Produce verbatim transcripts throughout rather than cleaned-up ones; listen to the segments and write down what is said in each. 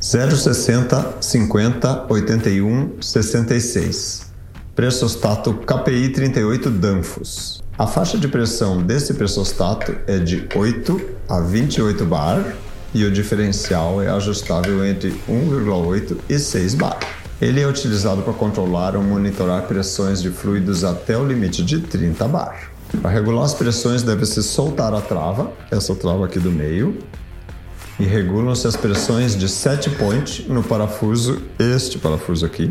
zero sessenta, cinquenta, oitenta e um, sessenta e seis. Pressostato K P I trinta e oito Danfoss. A faixa de pressão desse pressostato é de oito a vinte e oito bar e o diferencial é ajustável entre um vírgula oito e seis bar. Ele é utilizado para controlar ou monitorar pressões de fluidos até o limite de trinta bar. Para regular as pressões deve-se soltar a trava, essa trava aqui do meio, e regulam-se as pressões de set point no parafuso, este parafuso aqui,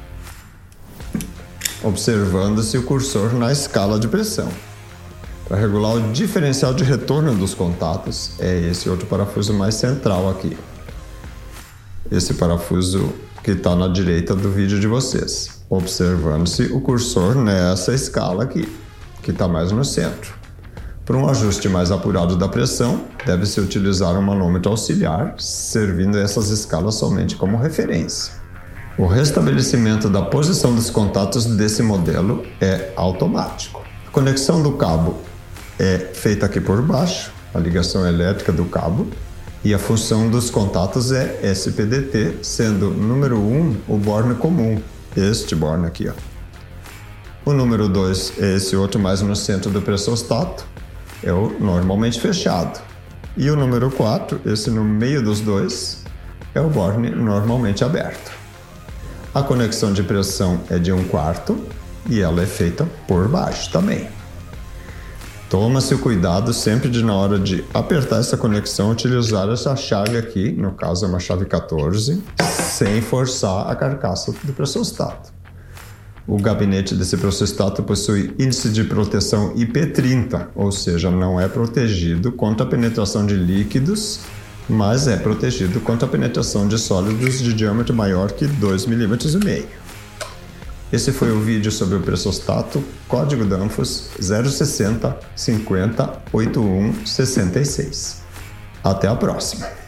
observando-se o cursor na escala de pressão. Para regular o diferencial de retorno dos contatos, é esse outro parafuso mais central aqui. Esse parafuso que está na direita do vídeo de vocês, observando-se o cursor nessa escala aqui, que está mais no centro. Para um ajuste mais apurado da pressão, deve-se utilizar um manômetro auxiliar, servindo essas escalas somente como referência. O restabelecimento da posição dos contatos desse modelo é automático. A conexão do cabo é feita aqui por baixo, a ligação elétrica do cabo, e a função dos contatos é S P D T, sendo número um o borne comum, este borne aqui, ó. O número dois é esse outro mais no centro do pressostato, é o normalmente fechado. E o número quatro, esse no meio dos dois, é o borne normalmente aberto. A conexão de pressão é de um quarto e ela é feita por baixo também. Toma-se o cuidado sempre de, na hora de apertar essa conexão, utilizar essa chave aqui, no caso é uma chave quatorze, sem forçar a carcaça do pressostato. O gabinete desse pressostato possui índice de proteção I P trinta, ou seja, não é protegido contra a penetração de líquidos, mas é protegido contra a penetração de sólidos de diâmetro maior que dois milímetros e meio. Esse foi o vídeo sobre o pressostato, código Danfoss zero sessenta, cinquenta, oitenta e um, sessenta e seis. Até a próxima!